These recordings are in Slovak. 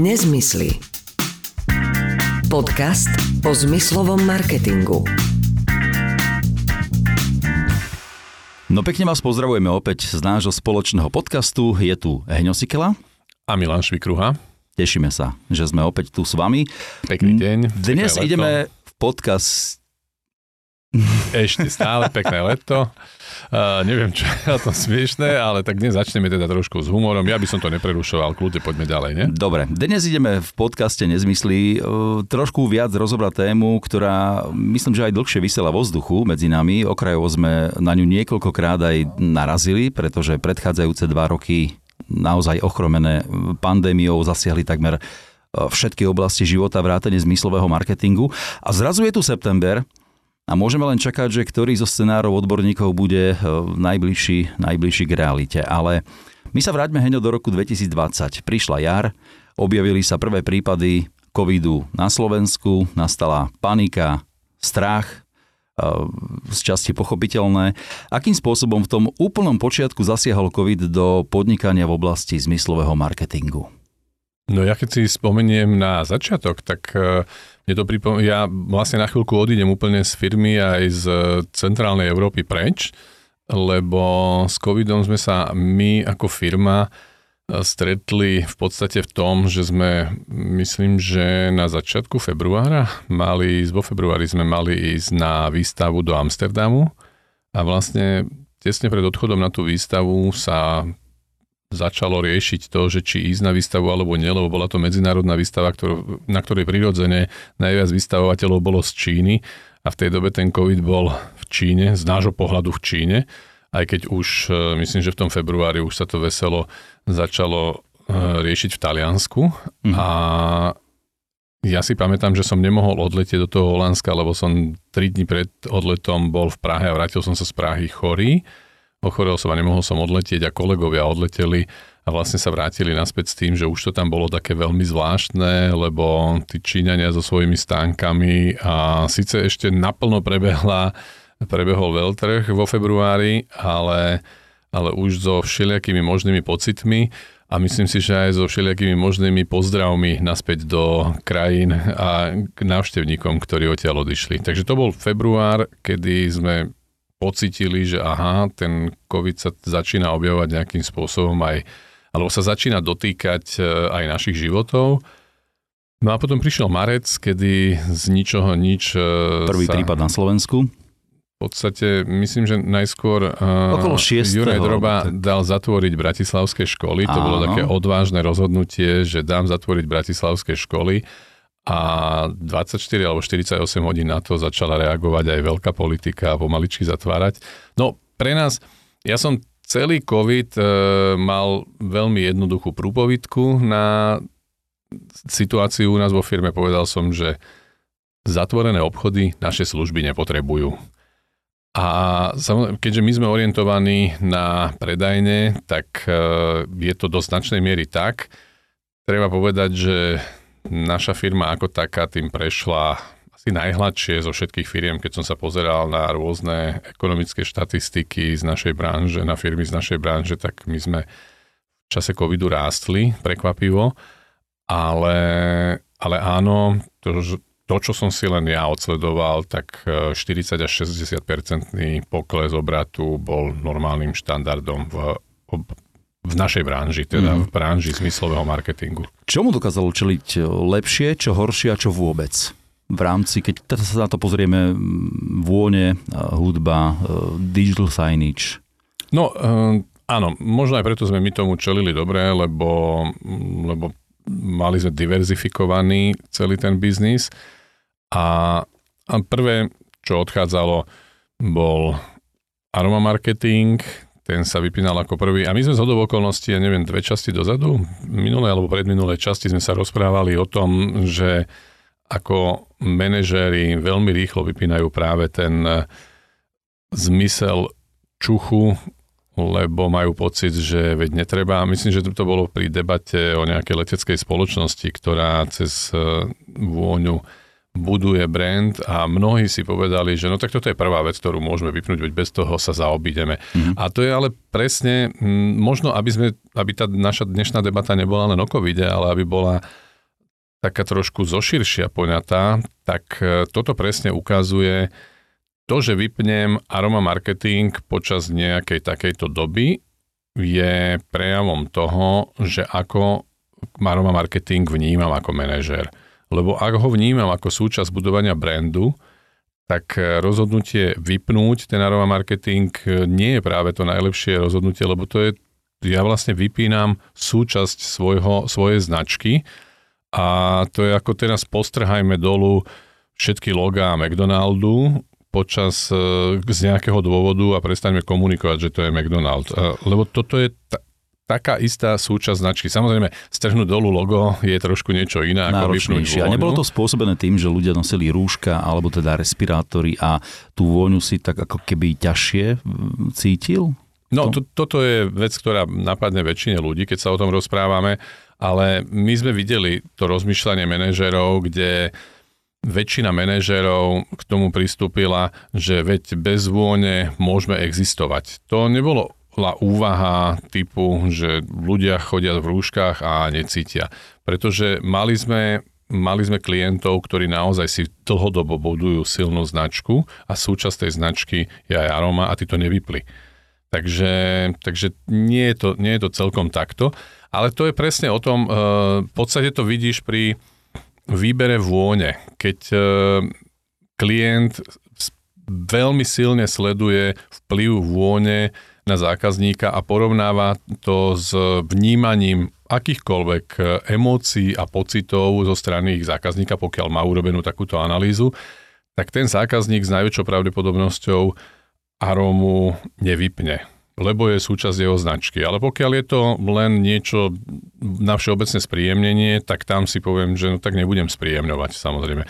Nezmysly. Podcast o zmyslovom marketingu. No pekne vás pozdravujeme opäť z nášho spoločného podcastu. Je tu Heňo Sikela a Milan Švikruha. Tešíme sa, že sme opäť tu s vami. Pekný deň. Dnes ideme v podcast... Ešte stále pekné leto. Neviem, čo je na tom smiešné, ale tak dnes začneme teda trošku s humorom. Ja by som to neprerušoval, kľudne poďme ďalej, nie? Dobre, dnes ideme v podcaste Nezmysly trošku viac rozobrať tému, ktorá myslím, že aj dlhšie visela vo vzduchu medzi nami. Okrajovo sme na ňu niekoľkokrát aj narazili, pretože predchádzajúce 2 roky naozaj ochromené pandémiou zasiahli takmer všetky oblasti života vrátane zmyslového marketingu. A zrazu je tu september, a môžeme len čakať, že ktorý zo scenárov odborníkov bude najbližší k realite. Ale my sa vráťme, Heňo, do roku 2020. Prišla jar, objavili sa prvé prípady covidu na Slovensku, nastala panika, strach, z časti pochopiteľné. Akým spôsobom v tom úplnom počiatku zasiahol covid do podnikania v oblasti zmyslového marketingu? No ja keď si spomeniem na začiatok, tak ja vlastne na chvíľku odídem úplne z firmy aj z centrálnej Európy preč, lebo s covidom sme sa my ako firma stretli v podstate v tom, že sme, myslím, že na začiatku februára vo februári sme mali ísť na výstavu do Amsterdamu a vlastne tesne pred odchodom na tú výstavu sa začalo riešiť to, že či ísť na výstavu alebo nie, lebo bola to medzinárodná výstava, na ktorej prirodzene najviac vystavovateľov bolo z Číny a v tej dobe ten COVID bol v Číne, z nášho pohľadu v Číne, aj keď už, myslím, že v tom februári už sa to veselo začalo riešiť v Taliansku a ja si pamätám, že som nemohol odletieť do toho Holandska, lebo som 3 dní pred odletom bol v Prahe a vrátil som sa z Prahy chorý. Ochorel som a nemohol som odletieť a kolegovia odleteli a vlastne sa vrátili naspäť s tým, že už to tam bolo také veľmi zvláštne, lebo tí Číňania so svojimi stánkami a síce ešte naplno prebehol veľtrh vo februári, ale už so všelijakými možnými pocitmi a myslím si, že aj so všelijakými možnými pozdravmi naspäť do krajín a k návštevníkom, ktorí odtiaľ odišli. Takže to bol február, kedy sme pocítili, že ten COVID sa začína objavovať nejakým spôsobom alebo sa začína dotýkať aj našich životov. No a potom prišiel marec, kedy z ničoho nič... Prvý prípad na Slovensku. V podstate, myslím, že najskôr okolo 6. Juraj Droba dal zatvoriť bratislavské školy. To bolo také odvážne rozhodnutie, že dám zatvoriť bratislavské školy. A 24 alebo 48 hodín na to začala reagovať aj veľká politika a pomaličky zatvárať. No pre nás, ja som celý COVID mal veľmi jednoduchú prúpovidku na situáciu u nás vo firme. Povedal som, že zatvorené obchody naše služby nepotrebujú. A keďže my sme orientovaní na predajne, tak je to do značnej miery tak. Treba povedať, že naša firma ako taká tým prešla asi najhladšie zo všetkých firiem, keď som sa pozeral na rôzne ekonomické štatistiky z našej branže, na firmy z našej branže, tak my sme v čase covidu rástli prekvapivo, ale áno, to, čo som si len ja odsledoval, tak 40 až 60% pokles obratu bol normálnym štandardom v našej branži, teda v branži zmyslového marketingu. Čomu dokázalo čeliť lepšie, čo horšie a čo vôbec? V rámci, keď teda sa na to pozrieme, vône, hudba, digital signage. No, áno, možno aj preto sme my tomu čelili dobre, lebo mali sme diverzifikovaný celý ten biznis a prvé, čo odchádzalo, bol aroma marketing. Ten sa vypínal ako prvý. A my sme zhodou okolností, 2 časti dozadu, minulé alebo predminulé časti sme sa rozprávali o tom, že ako manažéri veľmi rýchlo vypínajú práve ten zmysel čuchu, lebo majú pocit, že veď netreba. Myslím, že to bolo pri debate o nejakej leteckej spoločnosti, ktorá cez vôňu buduje brand a mnohí si povedali, že no tak toto je prvá vec, ktorú môžeme vypnúť, veď bez toho sa zaobídeme. A to je ale presne, možno aby tá naša dnešná debata nebola len o covide, ale aby bola taká trošku zoširšia poňatá, tak toto presne ukazuje to, že vypnem aroma marketing počas nejakej takejto doby, je prejavom toho, že ako aroma marketing vnímam ako manažér. Lebo ak ho vnímam ako súčasť budovania brandu, tak rozhodnutie vypnúť ten aroma marketing nie je práve to najlepšie rozhodnutie, lebo to je, ja vlastne vypínam súčasť svojej značky a to je ako teraz postrhajme dolu všetky logá McDonaldu počas z nejakého dôvodu a prestaňme komunikovať, že to je McDonald's. Lebo toto je taká istá súčasť značky. Samozrejme, strhnúť dolu logo je trošku niečo iné ako vypnúť vôňu. A nebolo to spôsobené tým, že ľudia nosili rúška alebo teda respirátory a tú vôňu si tak ako keby ťažšie cítil? No, toto je vec, ktorá napadne väčšine ľudí, keď sa o tom rozprávame, ale my sme videli to rozmýšľanie manažérov, kde väčšina manažérov k tomu pristúpila, že veď bez vône môžeme existovať. To nebolo úvaha typu, že ľudia chodia v rúškach a necítia. Pretože mali sme klientov, ktorí naozaj si dlhodobo budujú silnú značku a súčasť tej značky je aj aroma a tí to nevypli. Takže nie je to celkom takto, ale to je presne o tom, v podstate to vidíš pri výbere vône. Keď klient veľmi silne sleduje vplyv vône na zákazníka a porovnáva to s vnímaním akýchkoľvek emócií a pocitov zo strany ich zákazníka, pokiaľ má urobenú takúto analýzu, tak ten zákazník s najväčšou pravdepodobnosťou arómu nevypne, lebo je súčasť jeho značky. Ale pokiaľ je to len niečo na všeobecné spríjemnenie, tak tam si poviem, že no tak nebudem spríjemňovať, samozrejme.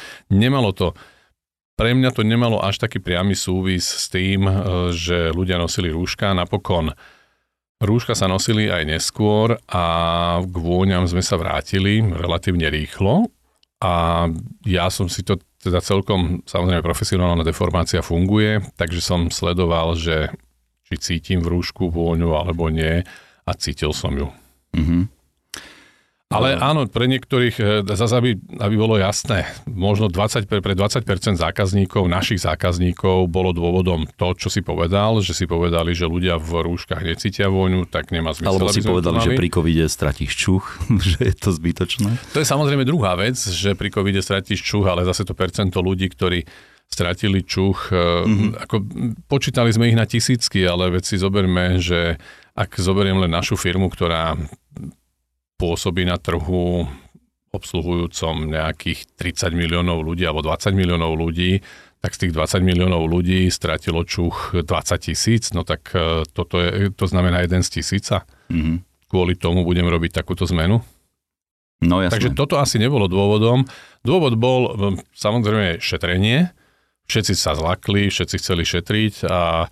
Pre mňa to nemalo až taký priamy súvis s tým, že ľudia nosili rúška. Napokon rúška sa nosili aj neskôr a k vôňam sme sa vrátili relatívne rýchlo. A ja som si to teda celkom, samozrejme profesionálna deformácia funguje, takže som sledoval, že či cítim v rúšku vôňu alebo nie a cítil som ju. Mm-hmm. Ale áno, pre niektorých, zase aby bolo jasné, možno pre 20% zákazníkov, našich zákazníkov bolo dôvodom to, čo si povedal, že si povedali, že ľudia v rúškach necítia vôňu, tak nemá zmysel. Alebo si povedali, že pri covide stratíš čuch, že je to zbytočné. To je samozrejme druhá vec, že pri covide stratíš čuch, ale zase to percento ľudí, ktorí stratili čuch, ako počítali sme ich na tisícky, ale veď si zoberme, že ak zoberiem len našu firmu, ktorá pôsobí na trhu obsluhujúcom nejakých 30 miliónov ľudí alebo 20 miliónov ľudí, tak z tých 20 miliónov ľudí stratilo čuch 20 000, no tak to znamená 1 z 1000. Mm-hmm. Kvôli tomu budem robiť takúto zmenu. No jasné. Takže toto asi nebolo dôvodom. Dôvod bol samozrejme šetrenie. Všetci sa zlakli, všetci chceli šetriť a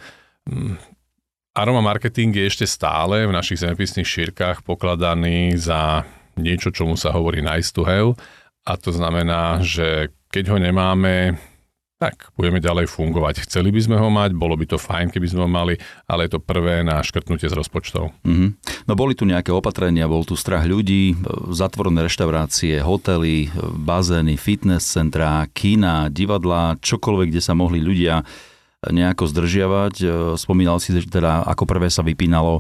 aroma marketing je ešte stále v našich zemepisných šírkach pokladaný za niečo, čomu sa hovorí nice to have. A to znamená, že keď ho nemáme, tak budeme ďalej fungovať. Chceli by sme ho mať, bolo by to fajn, keby sme ho mali, ale je to prvé na škrtnutie z rozpočtov. Mm-hmm. No boli tu nejaké opatrenia, bol tu strach ľudí, zatvorené reštaurácie, hotely, bazény, fitness centrá, kína, divadlá, čokoľvek, kde sa mohli ľudia nejako zdržiavať. Spomínal si, že teda ako prvé sa vypínal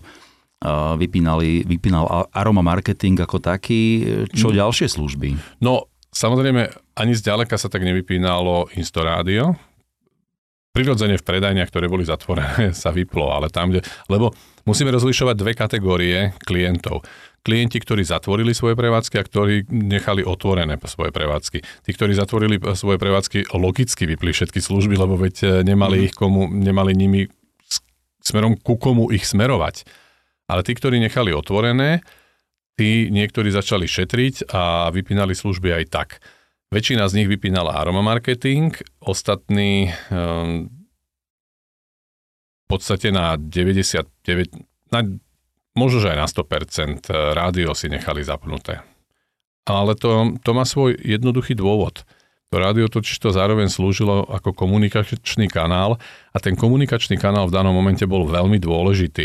aroma marketing ako taký. Čo ďalšie služby? No, samozrejme, ani zďaleka sa tak nevypínalo Instorádio. Prirodzene v predajniach, ktoré boli zatvorené, sa vyplo, ale tam, lebo musíme rozlišovať dve kategórie klientov. Klienti, ktorí zatvorili svoje prevádzky a ktorí nechali otvorené svoje prevádzky. Tí, ktorí zatvorili svoje prevádzky, logicky vypli všetky služby, lebo veď nemali nimi smerom ku komu ich smerovať. Ale tí, ktorí nechali otvorené, tí niektorí začali šetriť a vypínali služby aj tak. Väčšina z nich vypínala aroma marketing, ostatní v podstate na 99, možno, že aj na 100% rádio si nechali zapnuté. Ale to má svoj jednoduchý dôvod. To rádio totiž to zároveň slúžilo ako komunikačný kanál a ten komunikačný kanál v danom momente bol veľmi dôležitý.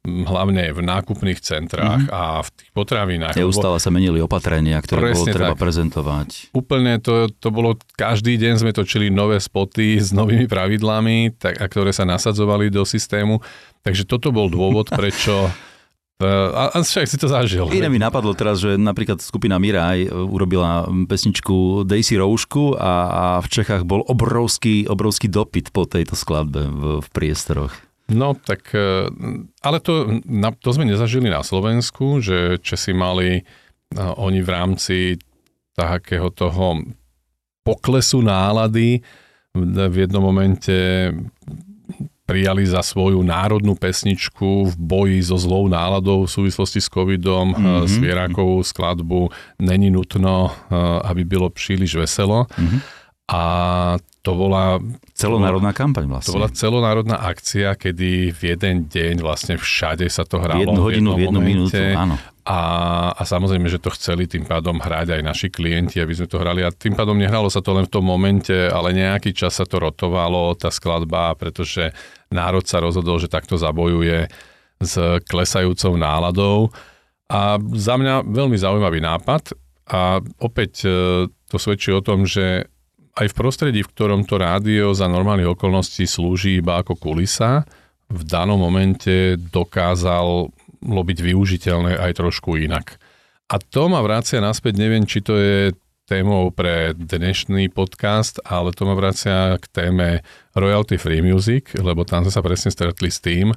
hlavne v nákupných centrách a v tých potravinách. Neustále sa menili opatrenia, ktoré bolo treba prezentovať. Úplne to bolo, každý deň sme točili nové spoty s novými pravidlami, a ktoré sa nasadzovali do systému. Takže toto bol dôvod, prečo... A však si to zažil. Iné mi napadlo teraz, že napríklad skupina Miraj urobila pesničku Dej si roušku a v Čechách bol obrovský dopyt po tejto skladbe v priestoroch. No tak, ale to sme nezažili na Slovensku, že Česi mali oni v rámci takého toho poklesu nálady v jednom momente prijali za svoju národnú pesničku v boji so zlou náladou v súvislosti s covidom Svierákovú skladbu Není nutno, aby bylo příliš veselo. A to bola... Celonárodná kampaň vlastne. To bola celonárodná akcia, kedy v jeden deň vlastne všade sa to hralo. V jednu minútu, áno. A samozrejme, že to chceli tým pádom hrať aj naši klienti, aby sme to hrali. A tým pádom nehralo sa to len v tom momente, ale nejaký čas sa to rotovalo, tá skladba, pretože národ sa rozhodol, že takto zabojuje s klesajúcou náladou. A za mňa veľmi zaujímavý nápad. A opäť to svedčí o tom, že aj v prostredí, v ktorom to rádio za normálnych okolností slúži iba ako kulisa, v danom momente dokázalo byť využiteľné aj trošku inak. A to ma vracia naspäť, neviem, či to je témou pre dnešný podcast, ale to ma vracia k téme Royalty Free Music, lebo tam sme sa presne stretli s tým,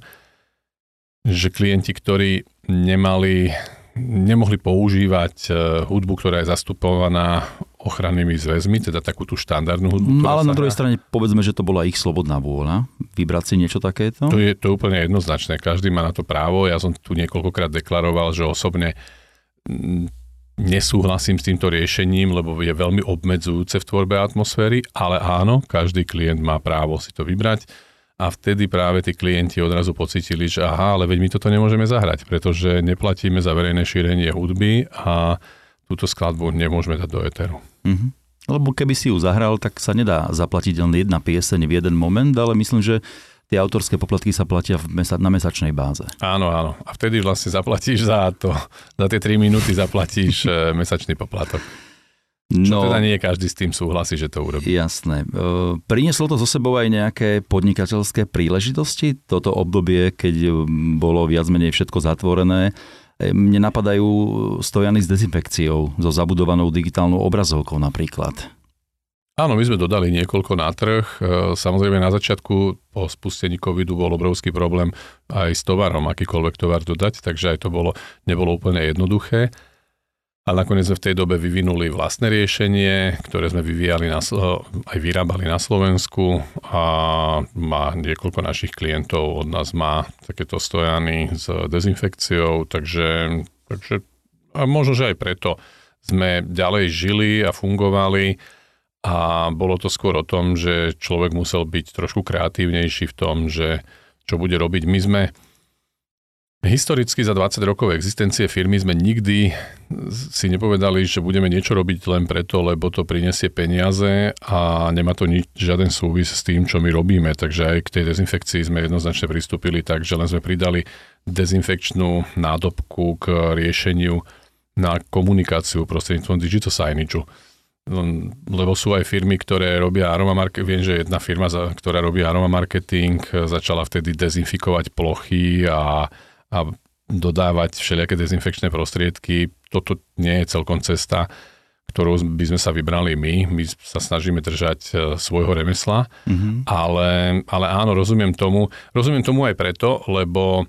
že klienti, ktorí nemohli používať hudbu, ktorá je zastupovaná ochrannými zväzmi, teda takú tú štandardnú hudbu. Ale na druhej strane povedzme, že to bola ich slobodná vôľa vybrať si niečo takéto? To je úplne jednoznačné. Každý má na to právo. Ja som tu niekoľkokrát deklaroval, že osobne nesúhlasím s týmto riešením, lebo je veľmi obmedzujúce v tvorbe atmosféry, ale áno, každý klient má právo si to vybrať. A vtedy práve tí klienti odrazu pocítili, že aha, ale veď my toto nemôžeme zahrať, pretože neplatíme za verejné šírenie hudby a túto skladbu nemôžeme dať do éteru. Lebo keby si ju zahral, tak sa nedá zaplatiť len jedna pieseň v jeden moment, ale myslím, že tie autorské poplatky sa platia na mesačnej báze. Áno. A vtedy vlastne zaplatíš za tie 3 minúty zaplatíš mesačný poplatok. Čo teda nie každý s tým súhlasí, že to urobí. Jasné. Prinieslo to so sebou aj nejaké podnikateľské príležitosti? Toto obdobie, keď bolo viac menej všetko zatvorené, mne napadajú stojany s dezinfekciou, so zabudovanou digitálnou obrazovkou napríklad. Áno, my sme dodali niekoľko na trh. Samozrejme na začiatku po spustení covidu bol obrovský problém aj s tovarom, akýkoľvek tovar dodať, takže aj to nebolo úplne jednoduché. Ale nakoniec sme v tej dobe vyvinuli vlastné riešenie, ktoré sme aj vyrábali na Slovensku a niekoľko našich klientov od nás má takéto stojany s dezinfekciou, takže a možno, že aj preto sme ďalej žili a fungovali a bolo to skôr o tom, že človek musel byť trošku kreatívnejší v tom, že čo bude robiť. My sme historicky za 20 rokov existencie firmy sme nikdy si nepovedali, že budeme niečo robiť len preto, lebo to prinesie peniaze a nemá to žiaden súvis s tým, čo my robíme. Takže aj k tej dezinfekcii sme jednoznačne pristúpili tak, že len sme pridali dezinfekčnú nádobku k riešeniu na komunikáciu prostredníctvom digital signage. Lebo sú aj firmy, ktoré robia aroma marketing. Viem, že jedna firma, ktorá robí aroma marketing, začala vtedy dezinfikovať plochy a dodávať všelijaké dezinfekčné prostriedky. Toto nie je celkom cesta, ktorú by sme sa vybrali my. My sa snažíme držať svojho remesla, ale áno, rozumiem tomu. Rozumiem tomu aj preto, lebo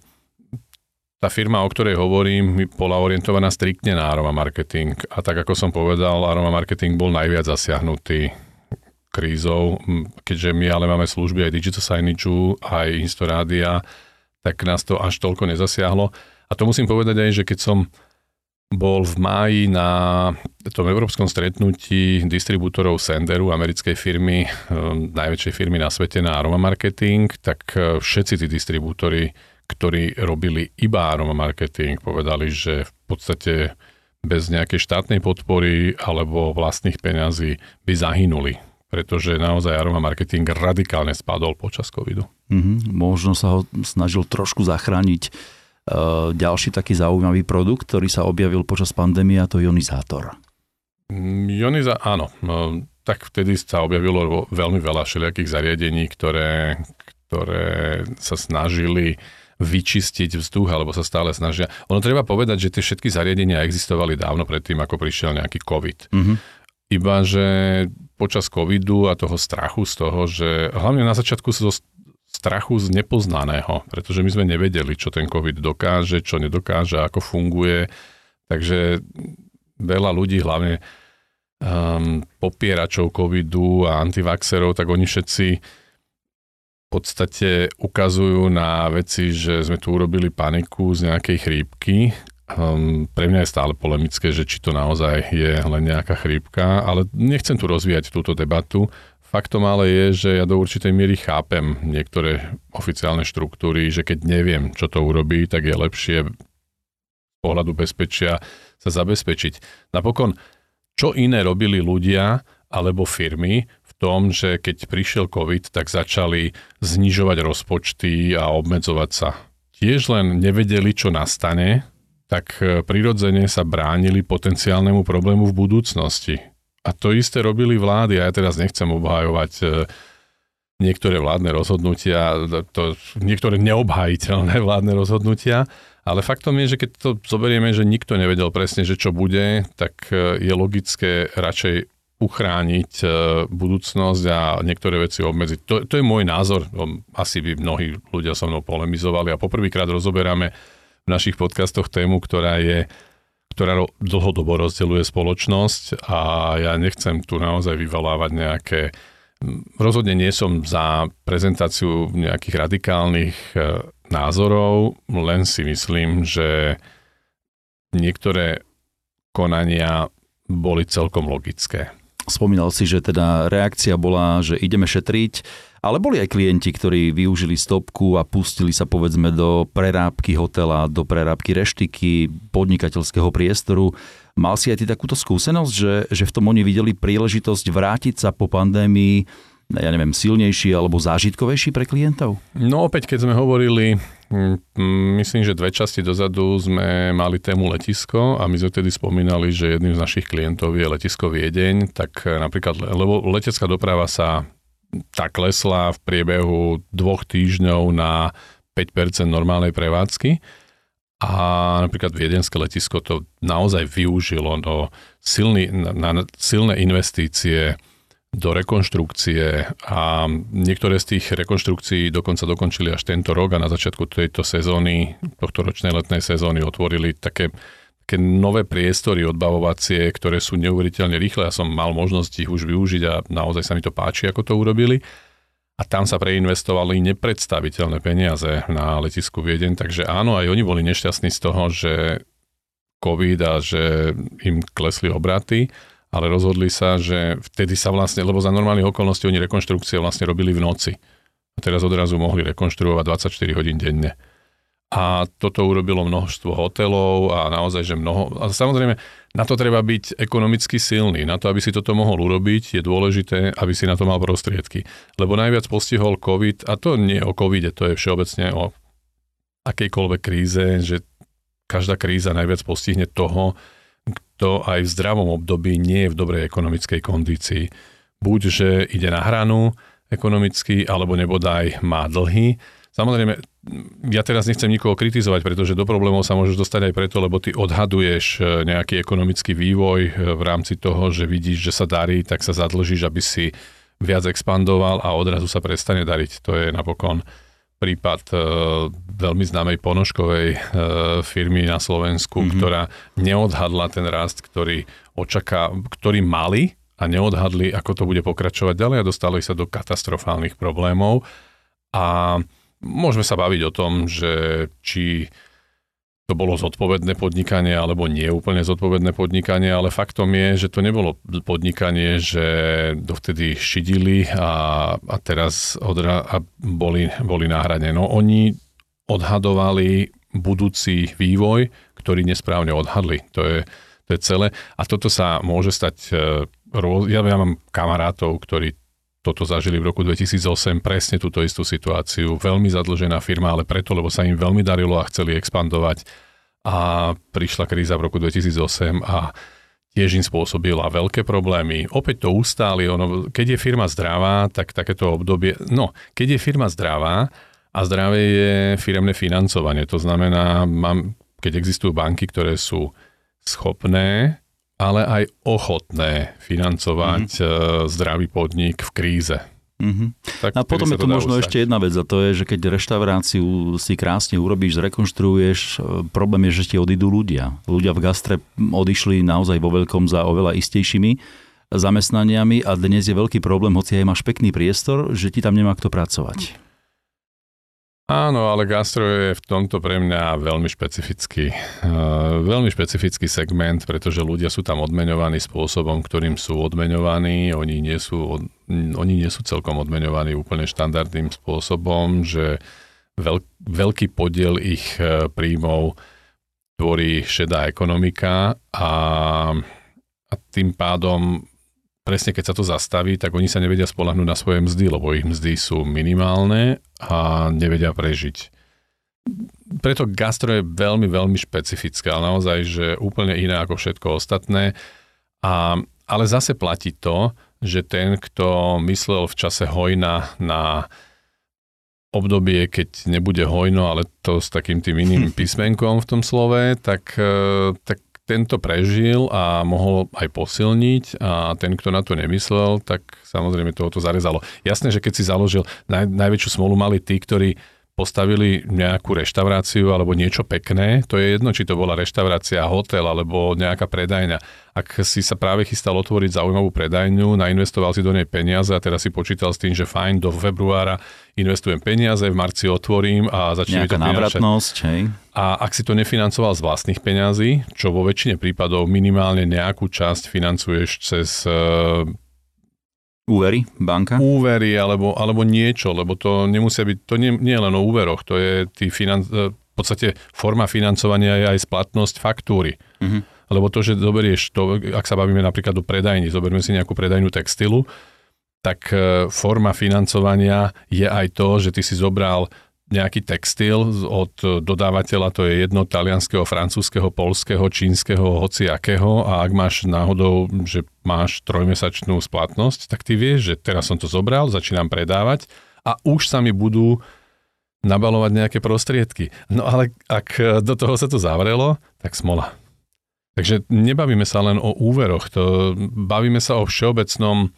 tá firma, o ktorej hovorím, bola orientovaná striktne na aroma marketing. A tak, ako som povedal, aroma marketing bol najviac zasiahnutý krízou, keďže my ale máme služby aj digital signage, aj Instorádia, tak nás to až toľko nezasiahlo. A to musím povedať aj, že keď som bol v máji na tom európskom stretnutí distribútorov Senderu, americkej firmy, najväčšej firmy na svete na aroma marketing, tak všetci tí distribútori, ktorí robili iba aroma marketing, povedali, že v podstate bez nejakej štátnej podpory alebo vlastných peňazí by zahynuli, pretože naozaj aroma marketing radikálne spadol počas covidu. Možno sa ho snažil trošku zachrániť Ďalší taký zaujímavý produkt, ktorý sa objavil počas pandémie, a to ionizátor. Áno. Tak vtedy sa objavilo veľmi veľa všelijakých zariadení, ktoré sa snažili vyčistiť vzduch, alebo sa stále snažia. Ono treba povedať, že tie všetky zariadenia existovali dávno predtým, ako prišiel nejaký COVID. Mm-hmm. Iba, že počas covidu a toho strachu z toho, že hlavne na začiatku zo strachu z nepoznaného, pretože my sme nevedeli, čo ten COVID dokáže, čo nedokáže, ako funguje. Takže veľa ľudí, hlavne popieračov covidu a antivaxerov, tak oni všetci v podstate ukazujú na veci, že sme tu urobili paniku z nejakej chrípky. Pre mňa je stále polemické, že či to naozaj je len nejaká chrípka, ale nechcem tu rozvíjať túto debatu. Faktom ale je, že ja do určitej miery chápem niektoré oficiálne štruktúry, že keď neviem, čo to urobí, tak je lepšie z pohľadu bezpečia sa zabezpečiť. Napokon, čo iné robili ľudia alebo firmy v tom, že keď prišiel COVID, tak začali znižovať rozpočty a obmedzovať sa. Tiež len nevedeli, čo nastane, tak prirodzene sa bránili potenciálnemu problému v budúcnosti. A to isté robili vlády. A ja teraz nechcem obhajovať niektoré vládne rozhodnutia, niektoré neobhajiteľné vládne rozhodnutia, ale faktom je, že keď to zoberieme, že nikto nevedel presne, že čo bude, tak je logické radšej uchrániť budúcnosť a niektoré veci obmedziť. To je môj názor. Asi by mnohí ľudia so mnou polemizovali a poprvýkrát rozoberáme v našich podcastoch tému, ktorá dlhodobo rozdeľuje spoločnosť a ja nechcem tu naozaj vyvolávať nejaké... Rozhodne nie som za prezentáciu nejakých radikálnych názorov, len si myslím, že niektoré konania boli celkom logické. Spomínal si, že teda reakcia bola, že ideme šetriť, ale boli aj klienti, ktorí využili stopku a pustili sa povedzme do prerábky hotela, do prerábky reštiky, podnikateľského priestoru. Mal si aj ty takúto skúsenosť, že v tom oni videli príležitosť vrátiť sa po pandémii, ja neviem, silnejší alebo zážitkovejší pre klientov? No opäť, keď sme hovorili, myslím, že 2 časti dozadu sme mali tému letisko a my sme vtedy spomínali, že jedným z našich klientov je letisko Viedeň, tak napríklad, lebo letecká doprava sa tak klesla v priebehu 2 týždňov na 5% normálnej prevádzky a napríklad viedenské letisko to naozaj využilo na silné investície do rekonštrukcie a niektoré z tých rekonštrukcií dokonca dokončili až tento rok a na začiatku tohto ročnej letnej sezóny otvorili také nové priestory odbavovacie, ktoré sú neuveriteľne rýchle. Ja som mal možnosť ich už využiť a naozaj sa mi to páči, ako to urobili. A tam sa preinvestovali nepredstaviteľné peniaze na letisku Viedeň, takže áno, aj oni boli nešťastní z toho, že COVID a že im klesli obraty, ale rozhodli sa, že vtedy sa vlastne, lebo za normálnych okolností oni rekonštrukcie vlastne robili v noci. A teraz odrazu mohli rekonštruovať 24 hodín denne. A toto urobilo množstvo hotelov a naozaj, že mnoho... A samozrejme, na to treba byť ekonomicky silný. Na to, aby si toto mohol urobiť, je dôležité, aby si na to mal prostriedky. Lebo najviac postihol COVID, a to nie o covide, to je všeobecne o akejkoľvek kríze, že každá kríza najviac postihne toho, kto aj v zdravom období nie je v dobrej ekonomickej kondícii. Buď, že ide na hranu ekonomicky, alebo nebodaj má dlhy. Samozrejme, ja teraz nechcem nikoho kritizovať, pretože do problémov sa môžeš dostať aj preto, lebo ty odhaduješ nejaký ekonomický vývoj v rámci toho, že vidíš, že sa darí, tak sa zadlžíš, aby si viac expandoval a odrazu sa prestane dariť. To je napokon prípad veľmi známej ponožkovej firmy na Slovensku, ktorá neodhadla ten rast, ktorý mali a neodhadli, ako to bude pokračovať ďalej a dostali sa do katastrofálnych problémov. A môžeme sa baviť o tom, že či to bolo zodpovedné podnikanie alebo nie úplne zodpovedné podnikanie, ale faktom je, že to nebolo podnikanie, že dovtedy šidili a teraz boli na hrane. No oni odhadovali budúci vývoj, ktorý nesprávne odhadli. To je celé. A toto sa môže stať... Ja mám kamarátov, ktorí toto zažili v roku 2008, presne túto istú situáciu. Veľmi zadlžená firma, ale preto, lebo sa im veľmi darilo a chceli expandovať. A prišla kríza v roku 2008 a tiež im spôsobila veľké problémy. Opäť to ustáli. Keď je firma zdravá, tak takéto obdobie... No, keď je firma zdravá a zdravé je firemné financovanie, to znamená, keď existujú banky, ktoré sú schopné, ale aj ochotné financovať zdravý podnik v kríze. Tak, a potom je tu možno ešte jedna vec, a to je, že keď reštauráciu si krásne urobíš, zrekonštruuješ, problém je, že ti odídu ľudia. Ľudia v gastre odišli naozaj vo veľkom za oveľa istejšími zamestnaniami a dnes je veľký problém, hoci aj máš pekný priestor, že ti tam nemá kto pracovať. Áno, ale gastro je v tomto pre mňa veľmi špecifický segment, pretože ľudia sú tam odmeňovaní spôsobom, ktorým sú odmeňovaní. Oni nie sú celkom odmeňovaní úplne štandardným spôsobom, že veľký podiel ich príjmov tvorí šedá ekonomika a tým pádom presne keď sa to zastaví, tak oni sa nevedia spoľahnúť na svoje mzdy, lebo ich mzdy sú minimálne a nevedia prežiť. Preto gastro je veľmi, veľmi špecifické, ale naozaj, že úplne iné ako všetko ostatné. Ale zase platí to, že ten, kto myslel v čase hojna na obdobie, keď nebude hojno, ale to s takým tým iným písmenkom v tom slove, tak tento prežil a mohol aj posilniť a ten, kto na to nemyslel, tak samozrejme toho to zarezalo. Jasné, že keď si založil, najväčšiu smolu mali tí, ktorí postavili nejakú reštauráciu alebo niečo pekné, to je jedno, či to bola reštaurácia, hotel alebo nejaká predajňa. Ak si sa práve chystal otvoriť zaujímavú predajňu, nainvestoval si do nej peniaze a teraz si počítal s tým, že fajn, do februára investujem peniaze, v marci otvorím a začne mi to návratnosť, hej. A ak si to nefinancoval z vlastných peňazí, čo vo väčšine prípadov minimálne nejakú časť financuješ cez úvery, banka? Úvery alebo niečo, lebo to nemusia byť, to nie je len o úveroch, to je v podstate forma financovania je aj splatnosť faktúry. Lebo to, že zoberieš to, ak sa bavíme napríklad o predajni, zoberieme si nejakú predajňu textilu, tak forma financovania je aj to, že ty si zobral nejaký textil od dodávateľa, to je jedno talianskeho, francúzskeho, poľského, čínskeho, hociakého a ak máš náhodou, že máš 3-mesačnú splatnosť, tak ty vieš, že teraz som to zobral, začínam predávať a už sa mi budú nabalovať nejaké prostriedky. No ale ak do toho sa to zavrelo, tak smola. Takže nebavíme sa len o úveroch, bavíme sa o všeobecnom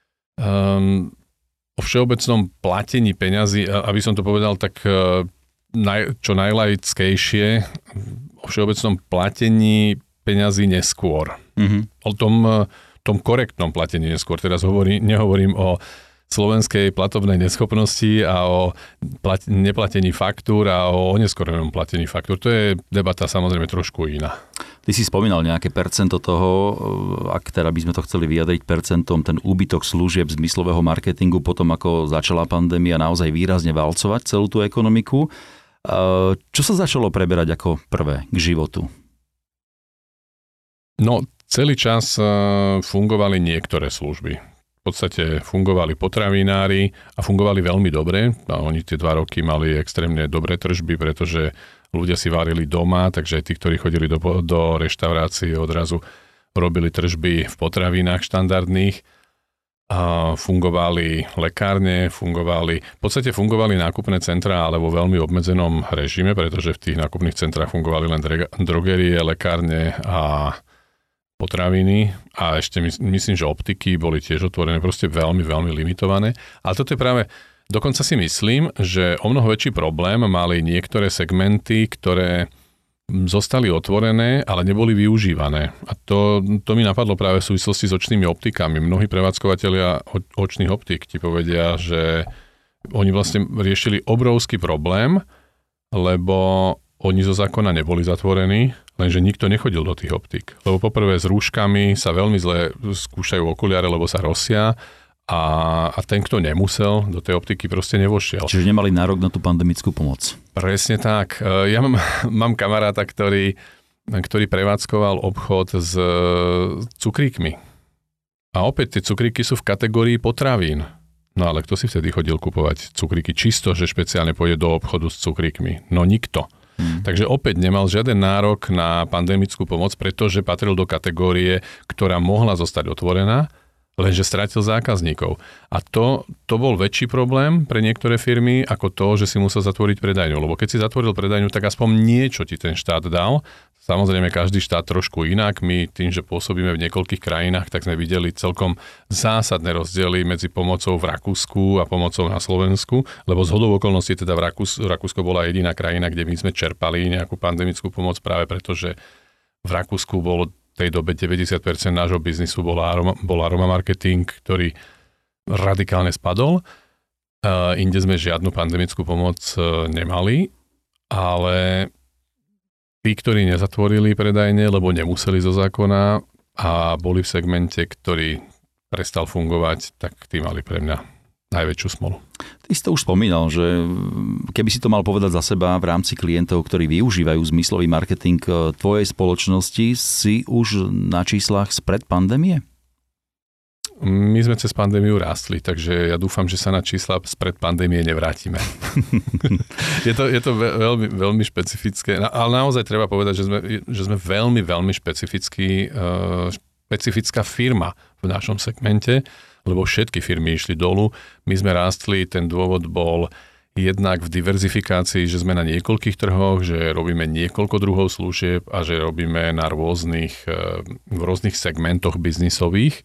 platení peňazí, aby som to povedal tak čo najlaickejšie, o všeobecnom platení peňazí neskôr. O tom korektnom platení neskôr. Teraz nehovorím o slovenskej platovnej neschopnosti a o neplatení faktúr a o oneskorenom platení faktúr. To je debata samozrejme trošku iná. Ty si spomínal nejaké percento toho, ak teda by sme to chceli vyjadriť percentom, ten úbytok služieb zmyslového marketingu potom, ako začala pandémia naozaj výrazne valcovať celú tú ekonomiku. Čo sa začalo preberať ako prvé k životu? No, celý čas fungovali niektoré služby. V podstate fungovali potravinári a fungovali veľmi dobre. A oni tie 2 roky mali extrémne dobré tržby, pretože ľudia si varili doma, takže aj tí, ktorí chodili do reštaurácie, odrazu robili tržby v potravinách štandardných. A fungovali lekárne, v podstate fungovali nákupné centrá, ale vo veľmi obmedzenom režime, pretože v tých nákupných centrách fungovali len drogerie, lekárne a potraviny a ešte myslím, že optiky boli tiež otvorené, proste veľmi, veľmi limitované. Ale toto je práve, dokonca si myslím, že o mnoho väčší problém mali niektoré segmenty, ktoré zostali otvorené, ale neboli využívané. A to mi napadlo práve v súvislosti s očnými optikami. Mnohí prevádzkovateľia očných optík ti povedia, že oni vlastne riešili obrovský problém, lebo oni zo zákona neboli zatvorení, lenže nikto nechodil do tých optík. Lebo poprvé s rúškami sa veľmi zle skúšajú okuliare, lebo sa rosia a ten, kto nemusel, do tej optiky proste nevošiel. Čiže nemali nárok na tú pandemickú pomoc. Presne tak. Ja mám kamaráta, ktorý prevádzkoval obchod s cukríkmi. A opäť tie cukríky sú v kategórii potravín. No ale kto si vtedy chodil kupovať cukríky? Čisto, že špeciálne pôjde do obchodu s cukríkmi. No nikto. Takže opäť nemal žiaden nárok na pandemickú pomoc, pretože patril do kategórie, ktorá mohla zostať otvorená, lenže stratil zákazníkov. A to bol väčší problém pre niektoré firmy ako to, že si musel zatvoriť predajňu. Lebo keď si zatvoril predajňu, tak aspoň niečo ti ten štát dal. Samozrejme, každý štát trošku inak. My tým, že pôsobíme v niekoľkých krajinách, tak sme videli celkom zásadné rozdiely medzi pomocou v Rakúsku a pomocou na Slovensku, lebo zhodou okolností teda Rakúsko bola jediná krajina, kde my sme čerpali nejakú pandemickú pomoc práve preto, že v Rakúsku bolo v tej dobe 90% nášho biznisu bol aroma marketing, ktorý radikálne spadol. Inde sme žiadnu pandemickú pomoc nemali, ale tí, ktorí nezatvorili predajne, lebo nemuseli zo zákona a boli v segmente, ktorý prestal fungovať, tak tí mali pre mňa najväčšiu smolu. Ty si to už spomínal, že keby si to mal povedať za seba v rámci klientov, ktorí využívajú zmyslový marketing tvojej spoločnosti, si už na číslach spred pandémie? My sme cez pandémiu rástli, takže ja dúfam, že sa na čísla spred pandémie nevrátime. je to veľmi, veľmi špecifické, ale naozaj treba povedať, že sme veľmi, veľmi špecifická firma v našom segmente, lebo všetky firmy išli dolu. My sme rástli, ten dôvod bol jednak v diverzifikácii, že sme na niekoľkých trhoch, že robíme niekoľko druhov služieb a že robíme v rôznych segmentoch biznisových.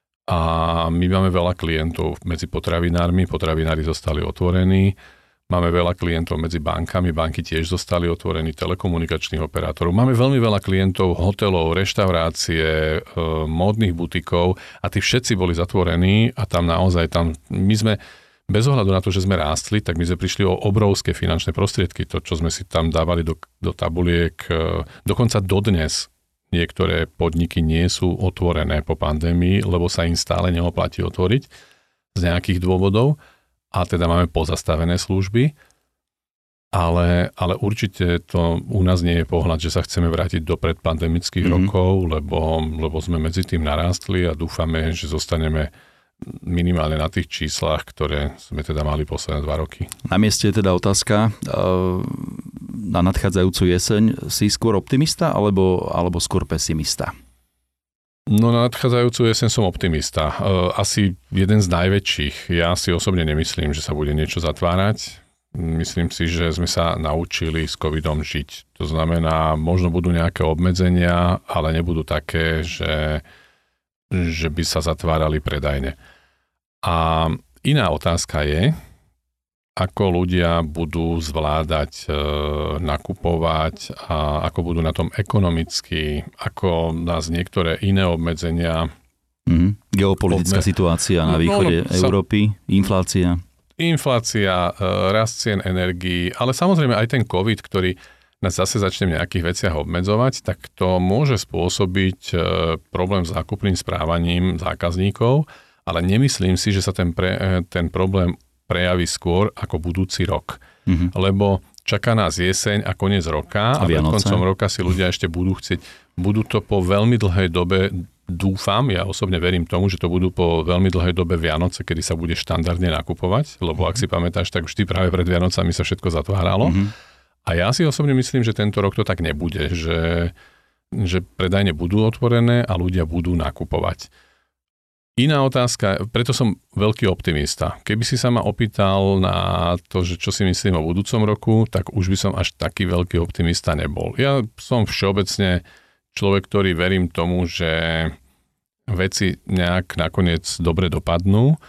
A my máme veľa klientov medzi potravinármi, potravinári zostali otvorení. Máme veľa klientov medzi bankami, banky tiež zostali otvorení, telekomunikačných operátorov. Máme veľmi veľa klientov hotelov, reštaurácie, módnych butikov a tí všetci boli zatvorení a tam naozaj my sme, bez ohľadu na to, že sme rástli, tak my sme prišli o obrovské finančné prostriedky. To, čo sme si tam dávali do tabuliek, dokonca dodnes niektoré podniky nie sú otvorené po pandémii, lebo sa im stále neoplatí otvoriť z nejakých dôvodov. A teda máme pozastavené služby, ale určite to u nás nie je pohľad, že sa chceme vrátiť do predpandemických rokov, lebo sme medzi tým narástli a dúfame, že zostaneme minimálne na tých číslach, ktoré sme teda mali posledné 2 roky. Na mieste je teda otázka, na nadchádzajúcu jeseň si skôr optimista alebo skôr pesimista? No na nadchádzajúcu jeseň som optimista. Asi jeden z najväčších. Ja si osobne nemyslím, že sa bude niečo zatvárať. Myslím si, že sme sa naučili s covidom žiť. To znamená, možno budú nejaké obmedzenia, ale nebudú také, že by sa zatvárali predajne. A iná otázka je, ako ľudia budú zvládať nakupovať a ako budú na tom ekonomicky, ako nás niektoré iné obmedzenia. Geopolitická situácia na východe Európy, inflácia. Inflácia, rast cien energií, ale samozrejme aj ten COVID, ktorý nás zase začne v nejakých veciach obmedzovať, tak to môže spôsobiť problém s nákupným správaním zákazníkov, ale nemyslím si, že sa ten problém prejaví skôr ako budúci rok. Lebo čaká nás jeseň a koniec roka a pred koncom roka si ľudia ešte budú to po veľmi dlhej dobe, dúfam, ja osobne verím tomu, že to budú po veľmi dlhej dobe Vianoce, kedy sa bude štandardne nakupovať, lebo ak si pamätáš, tak vždy práve pred Vianocami sa všetko zatváralo. A ja si osobne myslím, že tento rok to tak nebude, že predajne budú otvorené a ľudia budú nakupovať. Iná otázka, preto som veľký optimista. Keby si sa ma opýtal na to, že čo si myslím o budúcom roku, tak už by som až taký veľký optimista nebol. Ja som všeobecne človek, ktorý verím tomu, že veci nejak nakoniec dobre dopadnú,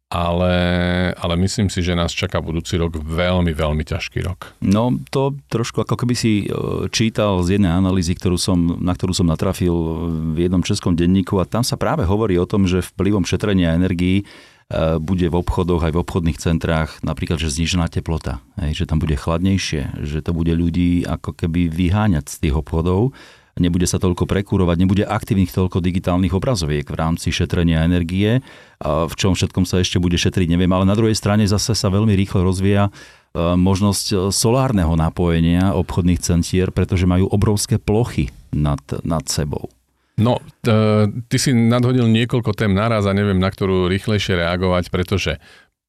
ale myslím si, že nás čaká budúci rok veľmi, veľmi ťažký rok. No to trošku ako keby si čítal z jednej analýzy, na ktorú som natrafil v jednom českom denníku a tam sa práve hovorí o tom, že vplyvom šetrenia energií bude v obchodoch aj v obchodných centrách napríklad, že znížená teplota, že tam bude chladnejšie, že to bude ľudí ako keby vyháňať z tých obchodov. Nebude sa toľko prekúrovať, nebude aktívnych toľko digitálnych obrazoviek v rámci šetrenia energie. V čom všetkom sa ešte bude šetriť, neviem, ale na druhej strane zase sa veľmi rýchlo rozvíja možnosť solárneho napojenia obchodných centier, pretože majú obrovské plochy nad sebou. No, ty si nadhodil niekoľko tém naraz a neviem, na ktorú rýchlejšie reagovať, pretože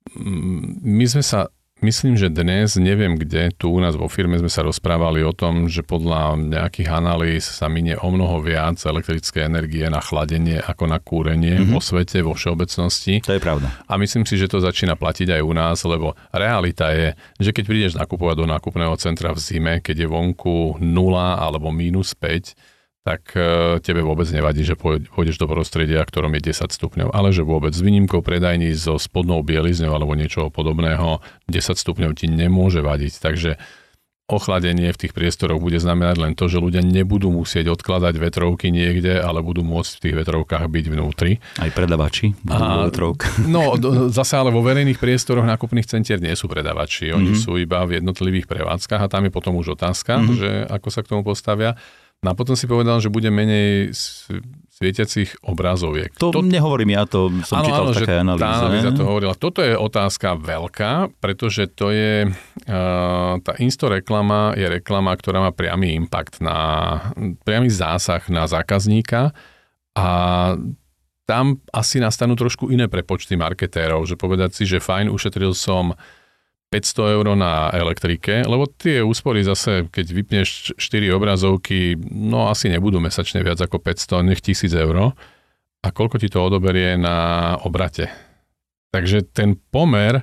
myslím, že dnes, neviem kde, tu u nás vo firme sme sa rozprávali o tom, že podľa nejakých analýz sa minie o mnoho viac elektrické energie na chladenie ako na kúrenie vo svete, vo všeobecnosti. To je pravda. A myslím si, že to začína platiť aj u nás, lebo realita je, že keď prídeš nakupovať do nákupného centra v zime, keď je vonku 0 alebo -5, tak tebe vôbec nevadí, že pôjdeš do prostredia, ktorom je 10 stupňov, ale že vôbec s výnimkou predajní so spodnou bielizňou alebo niečoho podobného 10 stupňov ti nemôže vadiť. Takže ochladenie v tých priestoroch bude znamenať len to, že ľudia nebudú musieť odkladať vetrovky niekde, ale budú môcť v tých vetrovkách byť vnútri. Aj predavači budú vo vetrovkách. No, zase ale vo verejných priestoroch nákupných centier nie sú predavači. Oni sú iba v jednotlivých prevádzkach a tam je potom už otázka, že ako sa k tomu postavia. No a potom si povedal, že bude menej svietiacich obrazoviek. To nehovorím ja, to som čítal v takej analýze. Tá analýza to hovorila. Toto je otázka veľká, pretože to je, tá Insto-reklama je reklama, ktorá má priamy impact priamy zásah na zákazníka a tam asi nastanú trošku iné prepočty marketérov, že povedať si, že fajn, ušetril som 500 eur na elektrike, lebo tie úspory zase, keď vypneš 4 obrazovky, no asi nebudú mesačne viac ako 500, nech 1000 eur. A koľko ti to odoberie na obrate? Takže ten pomer,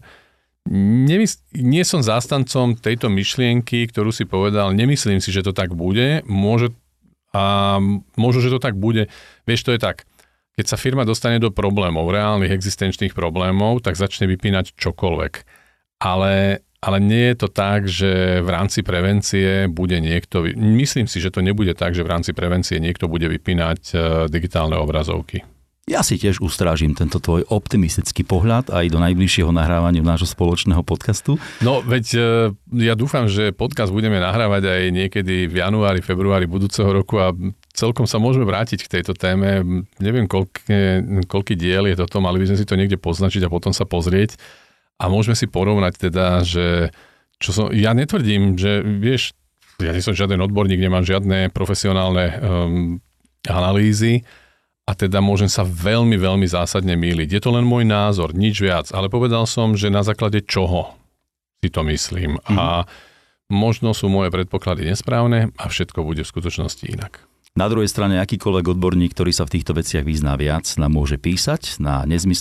nie som zástancom tejto myšlienky, ktorú si povedal, nemyslím si, že to tak bude, možno, že to tak bude. Vieš, to je tak, keď sa firma dostane do problémov, reálnych existenčných problémov, tak začne vypínať čokoľvek. Ale nie je to tak, že v rámci prevencie bude niekto... Myslím si, že to nebude tak, že v rámci prevencie niekto bude vypínať digitálne obrazovky. Ja si tiež ustrážim tento tvoj optimistický pohľad aj do najbližšieho nahrávania nášho spoločného podcastu. No veď ja dúfam, že podcast budeme nahrávať aj niekedy v januári, februári budúceho roku a celkom sa môžeme vrátiť k tejto téme. Neviem, koľký diel je toto, mali by sme si to niekde poznačiť a potom sa pozrieť. A môžeme si porovnať teda, že ja netvrdím, že vieš, ja nie som žiaden odborník, nemám žiadne profesionálne analýzy a teda môžem sa veľmi, veľmi zásadne mýliť. Je to len môj názor, nič viac, ale povedal som, že na základe čoho si to myslím a možno sú moje predpoklady nesprávne a všetko bude v skutočnosti inak. Na druhej strane, akýkoľvek odborník, ktorý sa v týchto veciach vyzná viac, nám môže písať na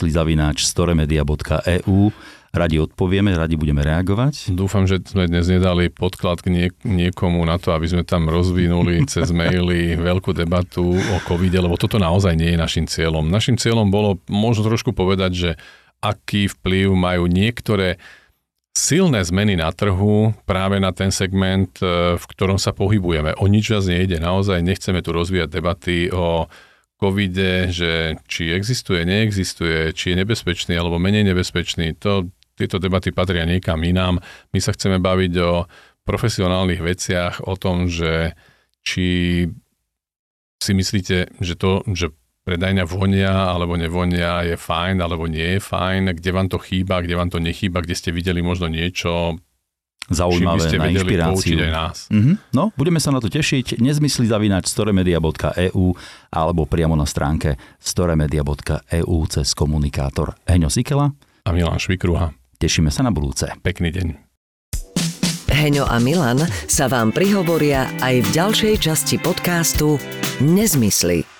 nezmysly@storemedia.eu. Radi odpovieme, radi budeme reagovať. Dúfam, že sme dnes nedali podklad k niekomu na to, aby sme tam rozvinuli cez maily veľkú debatu o covide, lebo toto naozaj nie je našim cieľom. Našim cieľom bolo možno trošku povedať, že aký vplyv majú niektoré silné zmeny na trhu práve na ten segment, v ktorom sa pohybujeme. O nič viac nejde. Naozaj nechceme tu rozvíjať debaty o covide, že či existuje, neexistuje, či je nebezpečný alebo menej nebezpečný. Tieto debaty patria niekam inám. My sa chceme baviť o profesionálnych veciach, o tom, že či si myslíte, že predajňa vonia alebo nevonia je fajn alebo nie je fajn, kde vám to chýba, kde vám to nechýba, kde ste videli možno niečo zaujímavé ste na inšpiráciu. Aj nás. No, budeme sa na to tešiť. Nezmysly@storemedia.eu alebo priamo na stránke storemedia.eu cez komunikátor. Heňo Sikela a Milan Švikruha. Tešíme sa na budúce. Pekný deň. Heňo a Milan sa vám prihovoria aj v ďalšej časti podcastu Nezmysly.